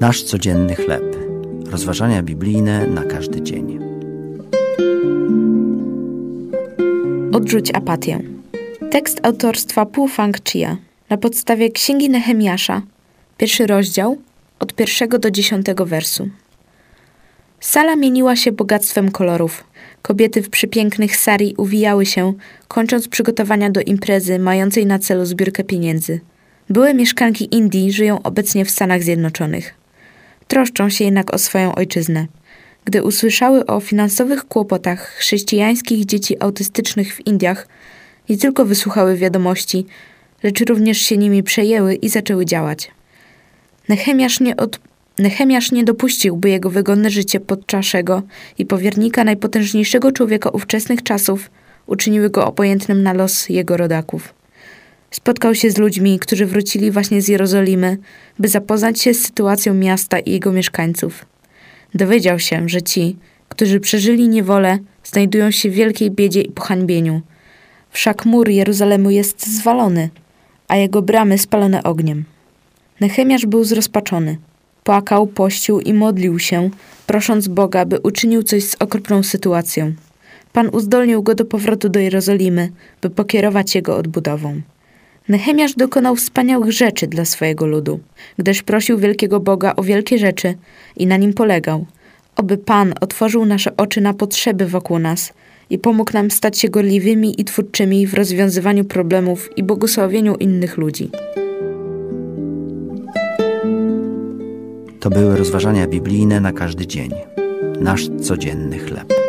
Nasz codzienny chleb. Rozważania biblijne na każdy dzień. Odrzuć apatię. Tekst autorstwa Pu Fang Chia na podstawie Księgi Nehemiasza, 1 rozdział, od 1 do 10 wersu. Sala mieniła się bogactwem kolorów. Kobiety w przepięknych sari uwijały się, kończąc przygotowania do imprezy mającej na celu zbiórkę pieniędzy. Były mieszkanki Indii żyją obecnie w Stanach Zjednoczonych. Troszczą się jednak o swoją ojczyznę. Gdy usłyszały o finansowych kłopotach chrześcijańskich dzieci autystycznych w Indiach, nie tylko wysłuchały wiadomości, lecz również się nimi przejęły i zaczęły działać. Nehemiasz nie dopuścił, by jego wygodne życie podczaszego i powiernika najpotężniejszego człowieka ówczesnych czasów uczyniły go obojętnym na los jego rodaków. Spotkał się z ludźmi, którzy wrócili właśnie z Jerozolimy, by zapoznać się z sytuacją miasta i jego mieszkańców. Dowiedział się, że ci, którzy przeżyli niewolę, znajdują się w wielkiej biedzie i pohańbieniu. Wszak mur Jeruzalemu jest zwalony, a jego bramy spalone ogniem. Nehemiasz był zrozpaczony. Płakał, pościł i modlił się, prosząc Boga, by uczynił coś z okropną sytuacją. Pan uzdolnił go do powrotu do Jerozolimy, by pokierować jego odbudową. Nehemiasz dokonał wspaniałych rzeczy dla swojego ludu, gdyż prosił wielkiego Boga o wielkie rzeczy i na nim polegał. Oby Pan otworzył nasze oczy na potrzeby wokół nas i pomógł nam stać się gorliwymi i twórczymi w rozwiązywaniu problemów i błogosławieniu innych ludzi. To były rozważania biblijne na każdy dzień. Nasz codzienny chleb.